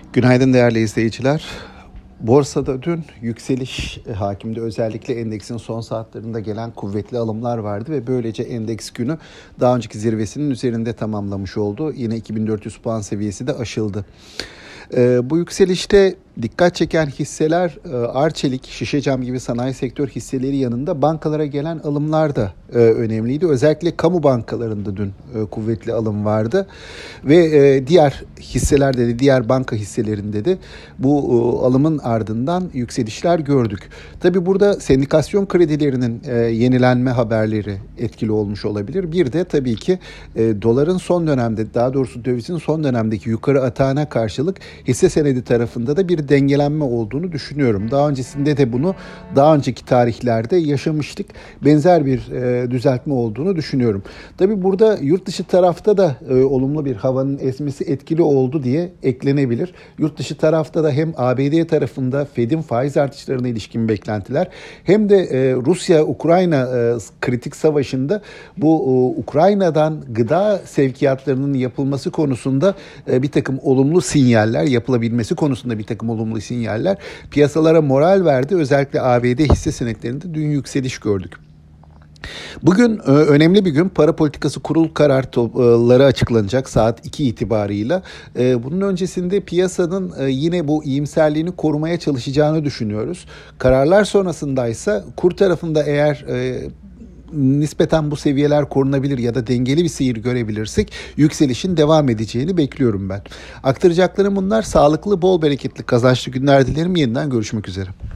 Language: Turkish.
Günaydın değerli izleyiciler. Borsada dün yükseliş hakimdi. Özellikle endeksin son saatlerinde gelen kuvvetli alımlar vardı ve böylece endeks günü daha önceki zirvesinin üzerinde tamamlamış oldu. Yine 2400 puan seviyesi de aşıldı. Bu yükselişte dikkat çeken hisseler Arçelik, Şişecam gibi sanayi sektör hisseleri yanında bankalara gelen alımlar da önemliydi. Özellikle kamu bankalarında dün kuvvetli alım vardı ve diğer hisselerde de, diğer banka hisselerinde de bu alımın ardından yükselişler gördük. Tabii burada sendikasyon kredilerinin yenilenme haberleri etkili olmuş olabilir. Bir de tabii ki doların son dönemde, daha doğrusu dövizin son dönemdeki yukarı atağına karşılık hisse senedi tarafında da bir dengelenme olduğunu düşünüyorum. Daha öncesinde de bunu daha önceki tarihlerde yaşamıştık. Benzer bir düzeltme olduğunu düşünüyorum. Tabii burada yurt dışı tarafta da olumlu bir havanın esmesi etkili oldu diye eklenebilir. Yurt dışı tarafta da hem ABD tarafında Fed'in faiz artışlarına ilişkin beklentiler hem de Rusya-Ukrayna kritik savaşında bu Ukrayna'dan gıda sevkiyatlarının yapılması konusunda bir takım olumlu sinyaller, yapılabilmesi konusunda bir takım olumlu sinyaller piyasalara moral verdi. Özellikle ABD hisse senetlerinde dün yükseliş gördük. Bugün önemli bir gün. Para Politikası Kurul kararları açıklanacak saat 2 itibarıyla. Bunun öncesinde piyasanın yine bu iyimserliğini korumaya çalışacağını düşünüyoruz. Kararlar sonrasındaysa kur tarafında eğer nispeten bu seviyeler korunabilir ya da dengeli bir seyir görebilirsek yükselişin devam edeceğini bekliyorum ben. Aktaracaklarım bunlar. Sağlıklı, bol bereketli, kazançlı günler dilerim. Yeniden görüşmek üzere.